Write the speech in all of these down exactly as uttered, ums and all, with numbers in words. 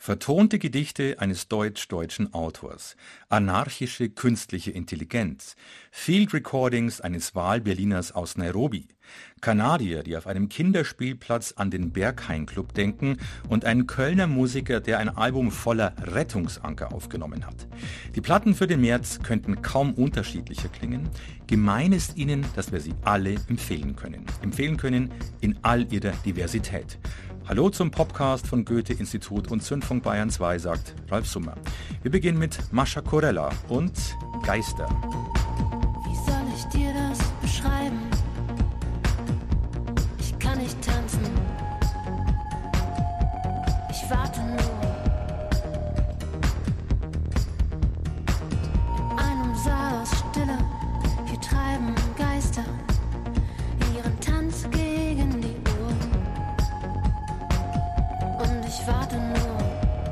Vertonte Gedichte eines deutsch-deutschen Autors, anarchische künstliche Intelligenz, Field Recordings eines Wahlberliners aus Nairobi, Kanadier, die auf einem Kinderspielplatz an den Berghain-Club denken und ein Kölner Musiker, der ein Album voller Rettungsanker aufgenommen hat. Die Platten für den März könnten kaum unterschiedlicher klingen. Gemein ist ihnen, dass wir sie alle empfehlen können. Empfehlen können in all ihrer Diversität. Hallo zum Podcast von Goethe-Institut und Zündfunk Bayern zwei, sagt Ralf Summer. Wir beginnen mit Mascha Corella und Geister. Wie soll ich dir das beschreiben? Ich kann nicht tanzen. Ich warte nur. In einem Saal aus Stille, hier treiben Geister ihren Tanz gegen die Uhr. Und ich warte nur.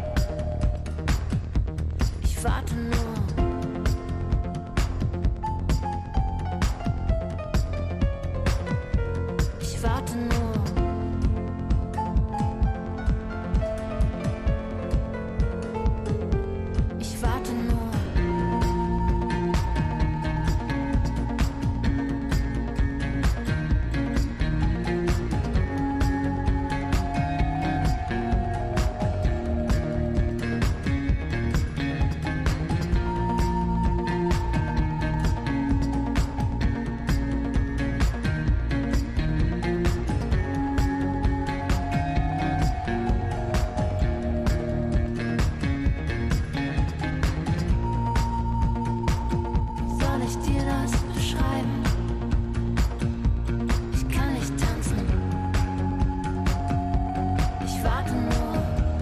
Ich warte nur. Ich warte nur. Ich warte nur. Soll ich dir das beschreiben? Ich kann nicht tanzen. Ich warte nur.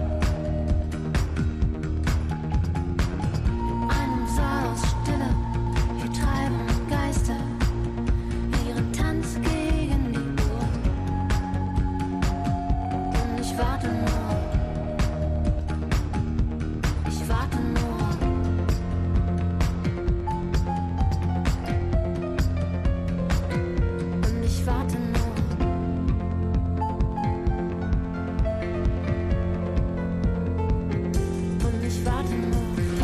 In einem Saal aus Stille, hier treiben Geister ihren Tanz gegen die Uhr. Und ich warte nur. Ich warte nur. Und ich warte nur. Und ich warte nur.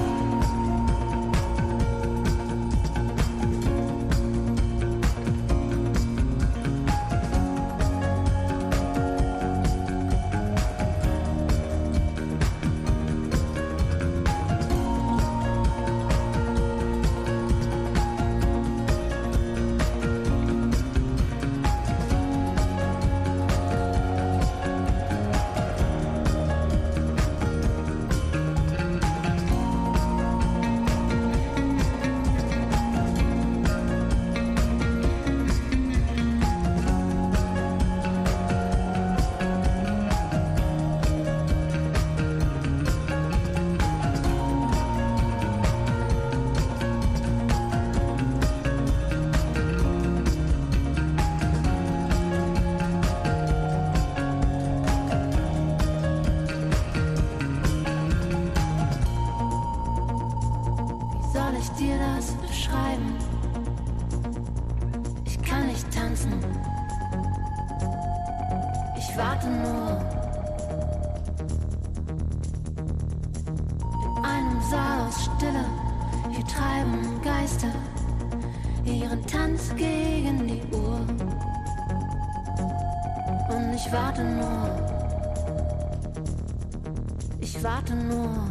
Wie soll ich dir das beschreiben? Ich kann nicht tanzen. Ich warte nur. In einem Saal aus Stille, hier treiben Geister ihren Tanz gegen die Uhr. Und ich warte nur. Ich warte nur.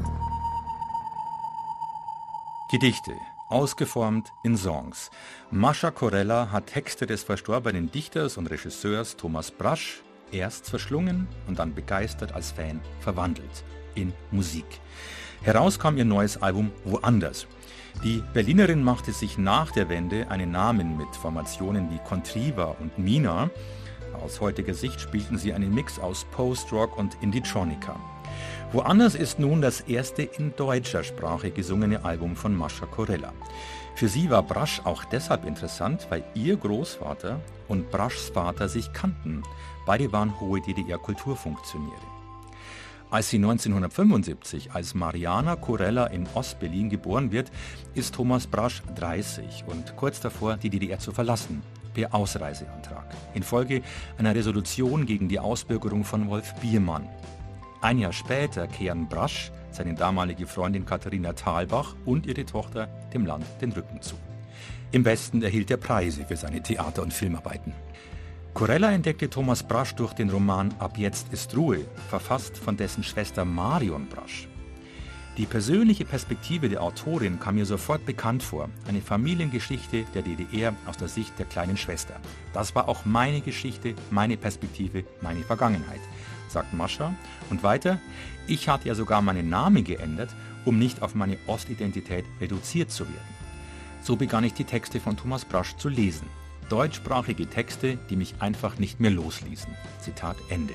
Gedichte, ausgeformt in Songs. Mascha Corella hat Texte des verstorbenen Dichters und Regisseurs Thomas Brasch erst verschlungen und dann begeistert als Fan verwandelt in Musik. Heraus kam ihr neues Album Woanders. Die Berlinerin machte sich nach der Wende einen Namen mit Formationen wie Contriva und Mina. Aus heutiger Sicht spielten sie einen Mix aus Post-Rock und Indie-Tronica. Woanders ist nun das erste in deutscher Sprache gesungene Album von Mascha Corella. Für sie war Brasch auch deshalb interessant, weil ihr Großvater und Braschs Vater sich kannten. Beide waren hohe D D R-Kulturfunktionäre. Als sie neunzehnhundertfünfundsiebzig als Mariana Corella in Ostberlin geboren wird, ist Thomas Brasch dreißig und kurz davor, die D D R zu verlassen, per Ausreiseantrag, infolge einer Resolution gegen die Ausbürgerung von Wolf Biermann. Ein Jahr später kehren Brasch, seine damalige Freundin Katharina Thalbach und ihre Tochter dem Land den Rücken zu. Im Westen erhielt er Preise für seine Theater- und Filmarbeiten. Corella entdeckte Thomas Brasch durch den Roman Ab jetzt ist Ruhe, verfasst von dessen Schwester Marion Brasch. Die persönliche Perspektive der Autorin kam mir sofort bekannt vor. Eine Familiengeschichte der D D R aus der Sicht der kleinen Schwester. Das war auch meine Geschichte, meine Perspektive, meine Vergangenheit, sagt Mascha. Und weiter, ich hatte ja sogar meinen Namen geändert, um nicht auf meine Ostidentität reduziert zu werden. So begann ich die Texte von Thomas Brasch zu lesen. Deutschsprachige Texte, die mich einfach nicht mehr losließen. Zitat Ende.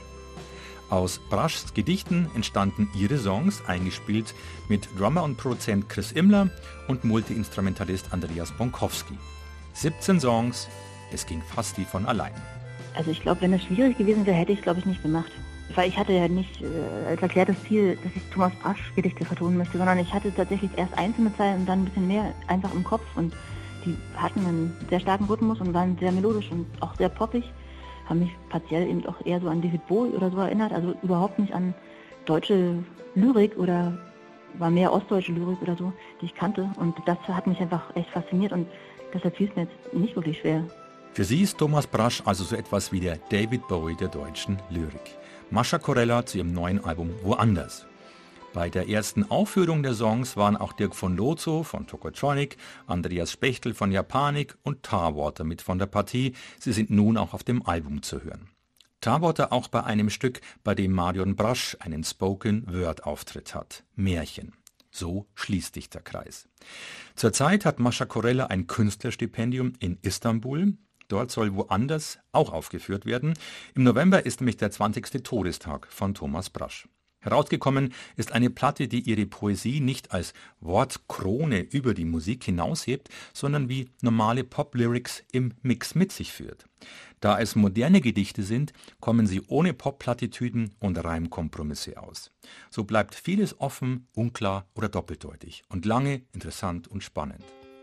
Aus Braschs Gedichten entstanden ihre Songs, eingespielt mit Drummer und Produzent Chris Immler und Multiinstrumentalist Andreas Bonkowski. siebzehn Songs, es ging fast wie von allein. Also ich glaube, wenn das schwierig gewesen wäre, hätte ich es glaube ich nicht gemacht. Weil ich hatte ja nicht äh, als erklärtes Ziel, dass ich Thomas Brasch Gedichte vertonen möchte, sondern ich hatte tatsächlich erst einzelne Zeilen und dann ein bisschen mehr einfach im Kopf. Und die hatten einen sehr starken Rhythmus und waren sehr melodisch und auch sehr poppig. Haben mich partiell eben auch eher so an David Bowie oder so erinnert, also überhaupt nicht an deutsche Lyrik oder war mehr ostdeutsche Lyrik oder so, die ich kannte. Und das hat mich einfach echt fasziniert und deshalb fiel es mir jetzt nicht wirklich schwer. Für sie ist Thomas Brasch also so etwas wie der David Bowie der deutschen Lyrik. Mascha Corella zu ihrem neuen Album Woanders. Bei der ersten Aufführung der Songs waren auch Dirk von Lozo von Tokotronic, Andreas Spechtel von Japanik und Tarwater mit von der Partie. Sie sind nun auch auf dem Album zu hören. Tarwater auch bei einem Stück, bei dem Marion Brasch einen Spoken-Word-Auftritt hat. Märchen. So schließt sich der Kreis. Zurzeit hat Mascha Corella ein Künstlerstipendium in Istanbul. Dort soll Woanders auch aufgeführt werden. Im November ist nämlich der zwanzigste Todestag von Thomas Brasch. Herausgekommen ist eine Platte, die ihre Poesie nicht als Wortkrone über die Musik hinaushebt, sondern wie normale Pop-Lyrics im Mix mit sich führt. Da es moderne Gedichte sind, kommen sie ohne Pop-Plattitüden und Reimkompromisse aus. So bleibt vieles offen, unklar oder doppeldeutig und lange interessant und spannend.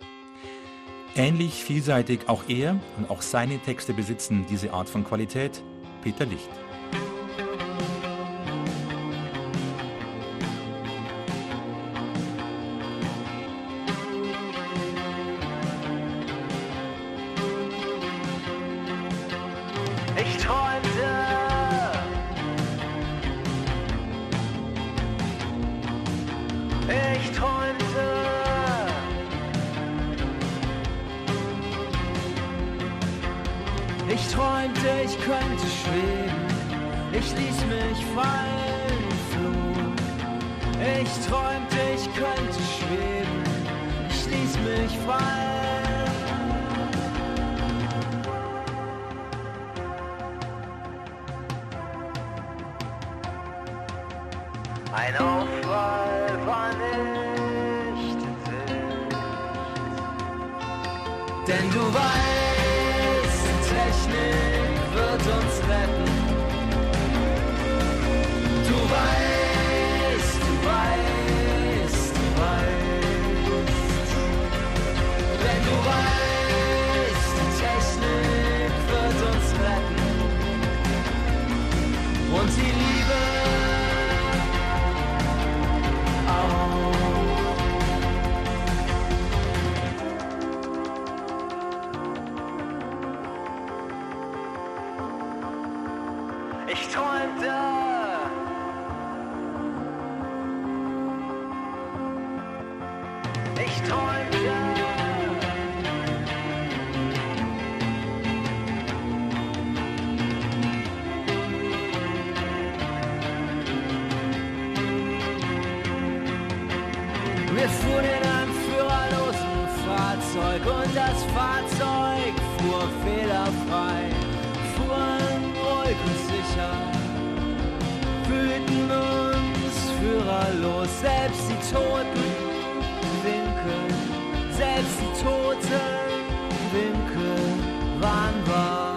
Ähnlich vielseitig auch er und auch seine Texte besitzen diese Art von Qualität. Peter Licht. Ich träumte, ich träumte, ich träumte, ich könnte schweben, ich ließ mich fallen, flog. Ich träumte, ich könnte schweben, ich ließ mich fallen. Ein Aufprall war nicht in Sicht. Denn du weißt, Technik wird uns retten. Du weißt, du weißt, du weißt. Denn du weißt, die Technik wird uns retten. Und die Liebe ich träumte, ich träumte, wir fuhren in einem führerlosen Fahrzeug und das Fahrzeug fuhr fehlerfrei, fuhren ruhig und sicher, fühlten uns führerlos, selbst die Toten winken, selbst die Toten winken, waren wach.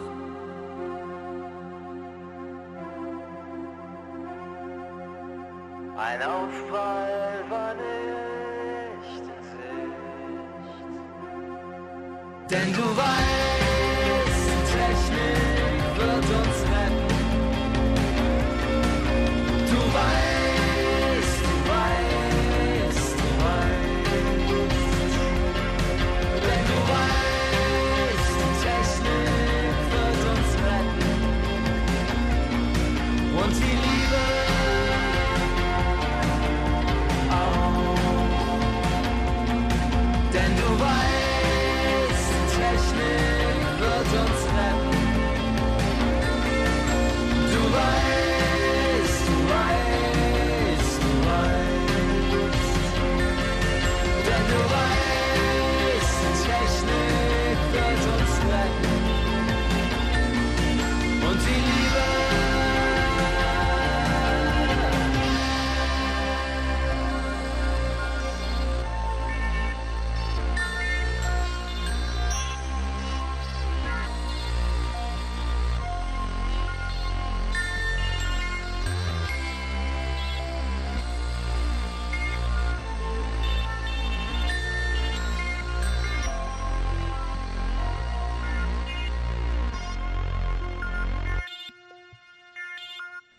Ein Aufprall war nicht in Sicht, denn du weißt, Technik wird uns retten. Du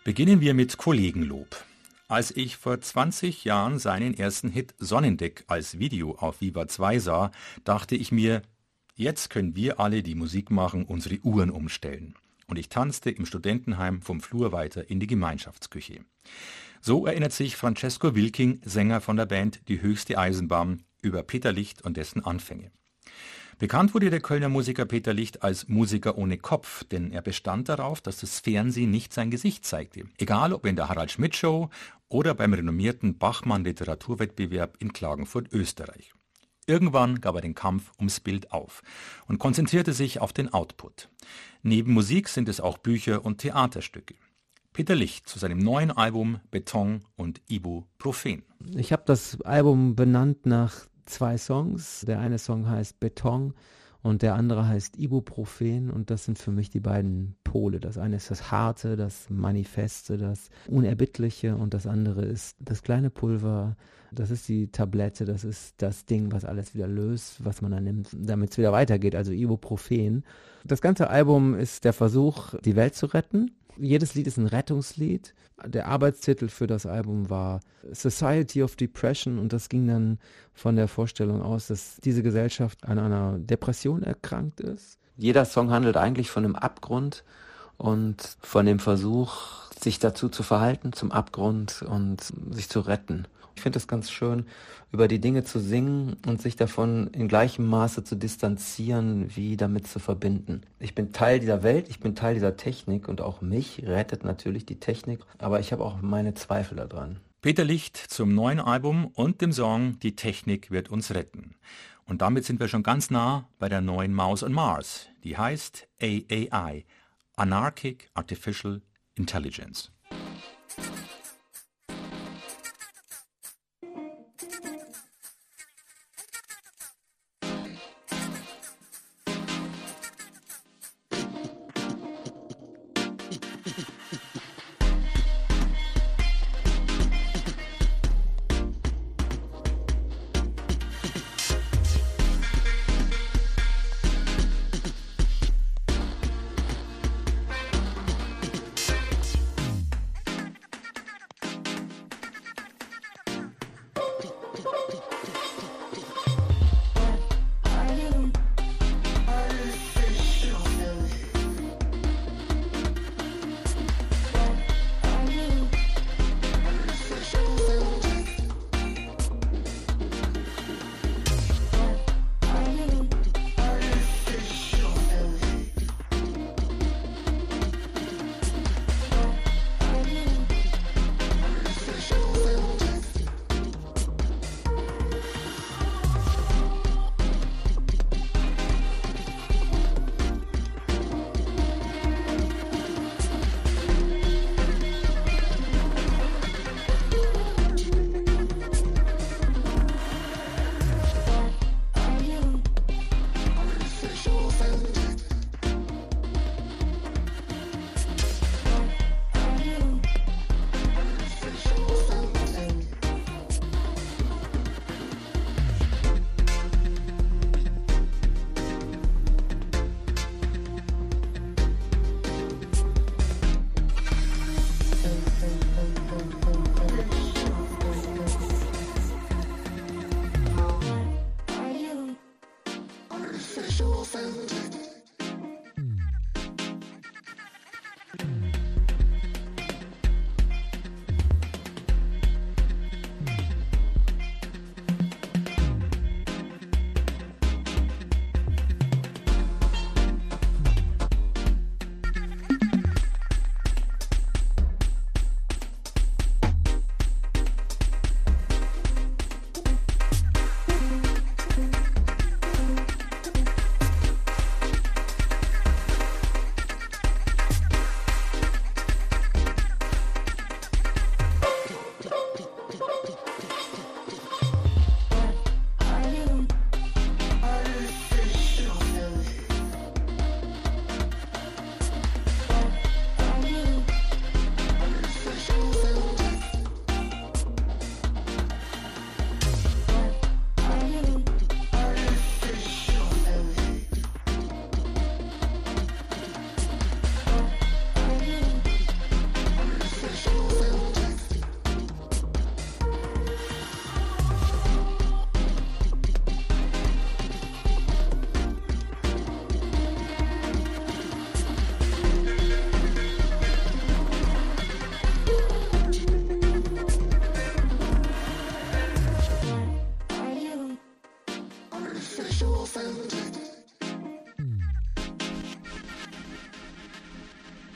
Beginnen wir mit Kollegenlob. Als ich vor zwanzig Jahren seinen ersten Hit Sonnendeck als Video auf Viva zwei sah, dachte ich mir, jetzt können wir alle, die Musik machen, unsere Uhren umstellen. Und ich tanzte im Studentenheim vom Flur weiter in die Gemeinschaftsküche. So erinnert sich Francesco Wilking, Sänger von der Band Die höchste Eisenbahn, über Peter Licht und dessen Anfänge. Bekannt wurde der Kölner Musiker Peter Licht als Musiker ohne Kopf, denn er bestand darauf, dass das Fernsehen nicht sein Gesicht zeigte. Egal ob in der Harald-Schmidt-Show oder beim renommierten Bachmann-Literaturwettbewerb in Klagenfurt, Österreich. Irgendwann gab er den Kampf ums Bild auf und konzentrierte sich auf den Output. Neben Musik sind es auch Bücher und Theaterstücke. Peter Licht zu seinem neuen Album Beton und Ibuprofen. Ich habe das Album benannt nach zwei Songs. Der eine Song heißt Beton und der andere heißt Ibuprofen, und das sind für mich die beiden Pole. Das eine ist das Harte, das Manifeste, das Unerbittliche, und das andere ist das kleine Pulver, das ist die Tablette, das ist das Ding, was alles wieder löst, was man dann nimmt, damit es wieder weitergeht, also Ibuprofen. Das ganze Album ist der Versuch, die Welt zu retten. Jedes Lied ist ein Rettungslied. Der Arbeitstitel für das Album war Society of Depression, und das ging dann von der Vorstellung aus, dass diese Gesellschaft an einer Depression erkrankt ist. Jeder Song handelt eigentlich von einem Abgrund und von dem Versuch, sich dazu zu verhalten, zum Abgrund, und sich zu retten. Ich finde es ganz schön, über die Dinge zu singen und sich davon in gleichem Maße zu distanzieren, wie damit zu verbinden. Ich bin Teil dieser Welt, ich bin Teil dieser Technik, und auch mich rettet natürlich die Technik, aber ich habe auch meine Zweifel daran. Peter Licht zum neuen Album und dem Song Die Technik wird uns retten. Und damit sind wir schon ganz nah bei der neuen Maus on Mars. Die heißt A A I, Anarchic Artificial Intelligence.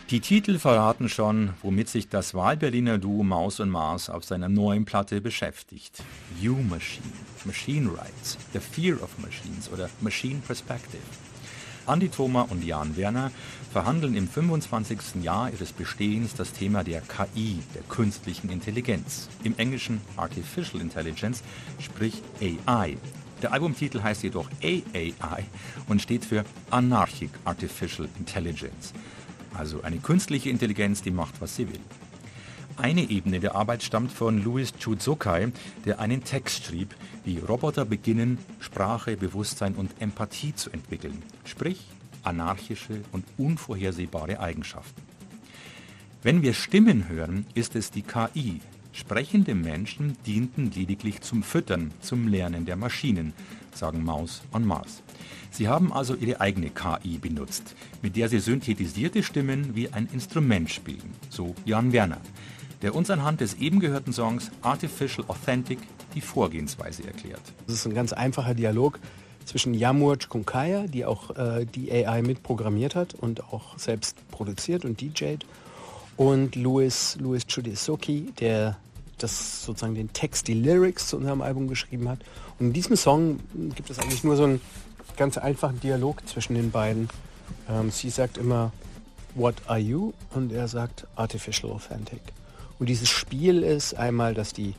Die Titel verraten schon, womit sich das Wahlberliner Duo Maus und Mars auf seiner neuen Platte beschäftigt. You-Machine, Machine Rights, The Fear of Machines oder Machine Perspective. Andi Thoma und Jan Werner verhandeln im fünfundzwanzigsten Jahr ihres Bestehens das Thema der K I, der künstlichen Intelligenz. Im Englischen Artificial Intelligence, sprich A I. Der Albumtitel heißt jedoch A A I und steht für Anarchic Artificial Intelligence. Also eine künstliche Intelligenz, die macht, was sie will. Eine Ebene der Arbeit stammt von Louis Chuzokai, der einen Text schrieb, wie Roboter beginnen, Sprache, Bewusstsein und Empathie zu entwickeln. Sprich, anarchische und unvorhersehbare Eigenschaften. Wenn wir Stimmen hören, ist es die K I. Sprechende Menschen dienten lediglich zum Füttern, zum Lernen der Maschinen, sagen Maus und Mars. Sie haben also ihre eigene K I benutzt, mit der sie synthetisierte Stimmen wie ein Instrument spielen, so Jan Werner, der uns anhand des eben gehörten Songs Artificial Authentic die Vorgehensweise erklärt. Das ist ein ganz einfacher Dialog zwischen Yamur Chkunkaya, die auch äh, die A I mitprogrammiert hat und auch selbst produziert und D J'd, und Louis, Louis Chudesoki, der das sozusagen den Text, die Lyrics zu unserem Album geschrieben hat. Und in diesem Song gibt es eigentlich nur so einen ganz einfachen Dialog zwischen den beiden. Ähm, sie sagt immer, what are you? Und er sagt, artificial authentic. Und dieses Spiel ist einmal, dass die,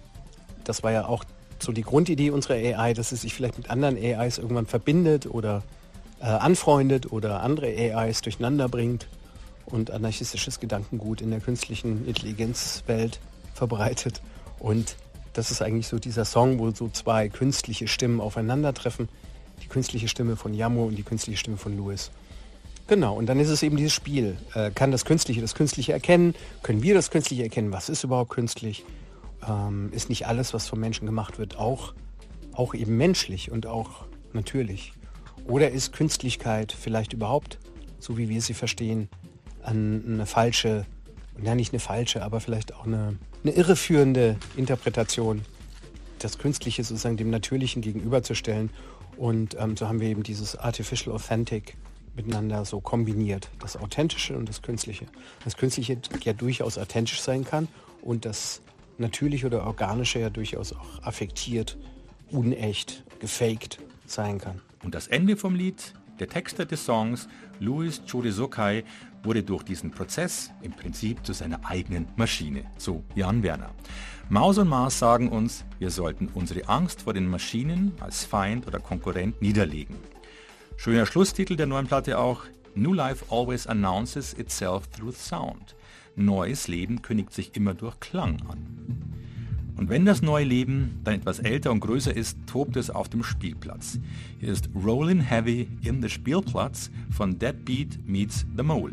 das war ja auch so die Grundidee unserer A I, dass es sich vielleicht mit anderen A Is irgendwann verbindet oder äh, anfreundet oder andere A Is durcheinander bringt und anarchistisches Gedankengut in der künstlichen Intelligenzwelt verbreitet. Und das ist eigentlich so dieser Song, wo so zwei künstliche Stimmen aufeinandertreffen. Die künstliche Stimme von Yamur und die künstliche Stimme von Louis. Genau, und dann ist es eben dieses Spiel. Äh, kann das Künstliche das Künstliche erkennen? Können wir das Künstliche erkennen? Was ist überhaupt künstlich? Ähm, ist nicht alles, was vom Menschen gemacht wird, auch, auch eben menschlich und auch natürlich? Oder ist Künstlichkeit vielleicht überhaupt, so wie wir sie verstehen, eine falsche, ja nicht eine falsche, aber vielleicht auch eine, eine irreführende Interpretation, das Künstliche sozusagen dem Natürlichen gegenüberzustellen? Und ähm, so haben wir eben dieses Artificial Authentic miteinander so kombiniert. Das Authentische und das Künstliche. Das Künstliche ja durchaus authentisch sein kann und das Natürliche oder Organische ja durchaus auch affektiert, unecht, gefaked sein kann. Und das Ende vom Lied, der Texter des Songs, Louis Chudesokai, wurde durch diesen Prozess im Prinzip zu seiner eigenen Maschine, so Jan Werner. Maus und Mars sagen uns, wir sollten unsere Angst vor den Maschinen als Feind oder Konkurrent niederlegen. Schöner Schlusstitel der neuen Platte auch, New Life always announces itself through sound. Neues Leben kündigt sich immer durch Klang an. Und wenn das neue Leben dann etwas älter und größer ist, tobt es auf dem Spielplatz. Hier ist Rollin' Heavy in the Spielplatz von Dead Beat Meets the Mole.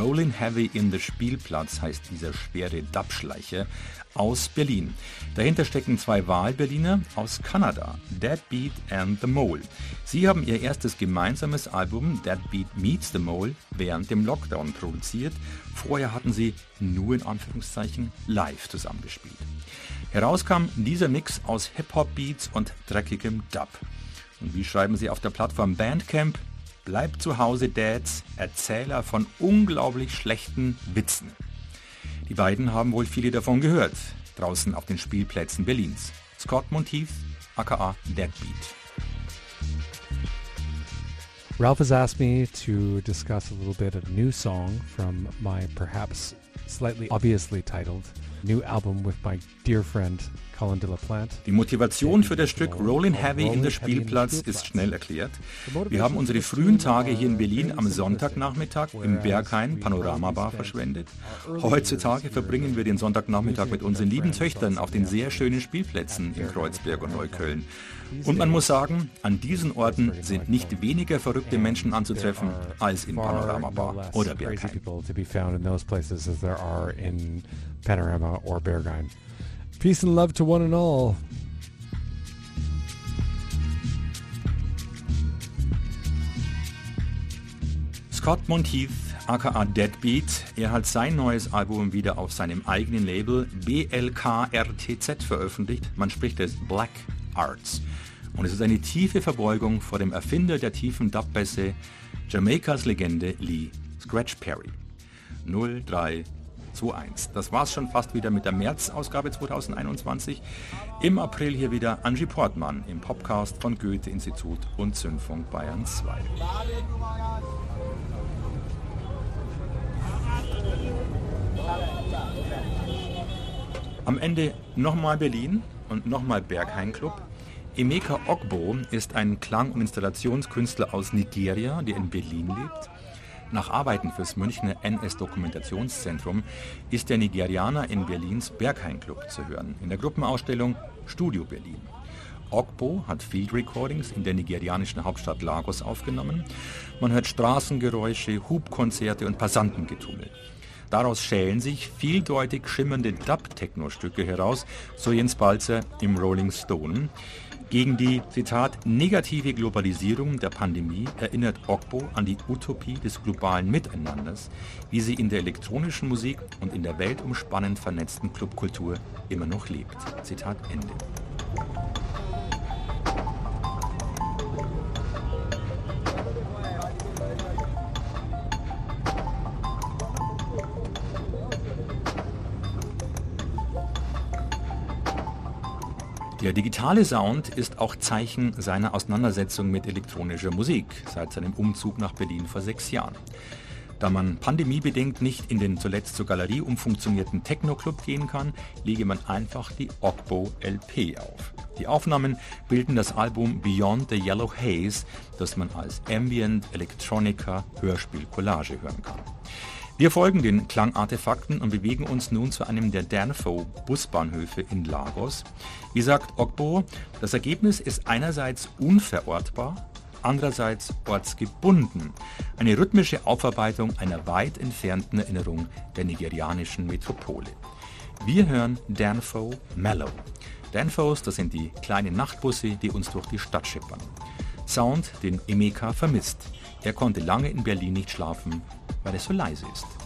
Rollin' Heavy in the Spielplatz heißt dieser schwere Dubschleicher aus Berlin. Dahinter stecken zwei Wahlberliner aus Kanada, Deadbeat and The Mole. Sie haben ihr erstes gemeinsames Album Deadbeat Meets The Mole während dem Lockdown produziert. Vorher hatten sie nur in Anführungszeichen live zusammengespielt. Herauskam dieser Mix aus Hip-Hop-Beats und dreckigem Dub. Und wie schreiben sie auf der Plattform Bandcamp? Bleibt zu Hause, Dads, Erzähler von unglaublich schlechten Witzen. Die beiden haben wohl viele davon gehört, draußen auf den Spielplätzen Berlins. Scott Monteith, aka Deadbeat. Ralph has asked me to discuss a little bit of a new song from my perhaps slightly obviously titled new album with my dear friend Colin de la Plante. Die Motivation für das Stück Rollin' Heavy in der Spielplatz ist schnell erklärt. Wir haben unsere frühen Tage hier in Berlin am Sonntagnachmittag im Berghain Panorama Bar verschwendet. Heutzutage verbringen wir den Sonntagnachmittag mit unseren lieben Töchtern auf den sehr schönen Spielplätzen in Kreuzberg und Neukölln. Und man muss sagen, an diesen Orten sind nicht weniger verrückte Menschen anzutreffen als in Panorama Bar oder Berghain. Panorama or Berghain. Peace and love to one and all. Scott Monteith, aka Deadbeat, er hat sein neues Album wieder auf seinem eigenen Label B L K R T Z veröffentlicht. Man spricht es Black Arts. Und es ist eine tiefe Verbeugung vor dem Erfinder der tiefen Dubbässe, Jamaikas Legende Lee Scratch Perry. null drei zwei eins. Das war's schon fast wieder mit der März-Ausgabe zweitausendeinundzwanzig. Im April hier wieder Angie Portmann im Podcast von Goethe-Institut und Zündfunk Bayern zwei. Am Ende nochmal Berlin und nochmal Berghain Club. Emeka Ogbo ist ein Klang- und Installationskünstler aus Nigeria, der in Berlin lebt. Nach Arbeiten fürs Münchner N S-Dokumentationszentrum ist der Nigerianer in Berlins Berghain Club zu hören, in der Gruppenausstellung Studio Berlin. Ogbo hat Field Recordings in der nigerianischen Hauptstadt Lagos aufgenommen. Man hört Straßengeräusche, Hubkonzerte und Passantengetummel. Daraus schälen sich vieldeutig schimmernde Dub-Techno-Stücke heraus, so Jens Balzer im Rolling Stone. Gegen die, Zitat, negative Globalisierung der Pandemie erinnert Ogbo an die Utopie des globalen Miteinanders, wie sie in der elektronischen Musik und in der weltumspannend vernetzten Clubkultur immer noch lebt. Zitat Ende. Der digitale Sound ist auch Zeichen seiner Auseinandersetzung mit elektronischer Musik seit seinem Umzug nach Berlin vor sechs Jahren. Da man pandemiebedingt nicht in den zuletzt zur Galerie umfunktionierten Techno-Club gehen kann, lege man einfach die Ogbo L P auf. Die Aufnahmen bilden das Album Beyond the Yellow Haze, das man als Ambient Electronica Hörspiel Collage hören kann. Wir folgen den Klangartefakten und bewegen uns nun zu einem der Danfo Busbahnhöfe in Lagos. Wie sagt Ogbo, das Ergebnis ist einerseits unverortbar, andererseits ortsgebunden. Eine rhythmische Aufarbeitung einer weit entfernten Erinnerung der nigerianischen Metropole. Wir hören Danfo Mellow. Danfos, das sind die kleinen Nachtbusse, die uns durch die Stadt schippern. Sound, den Emeka vermisst. Er konnte lange in Berlin nicht schlafen, weil es so leise ist.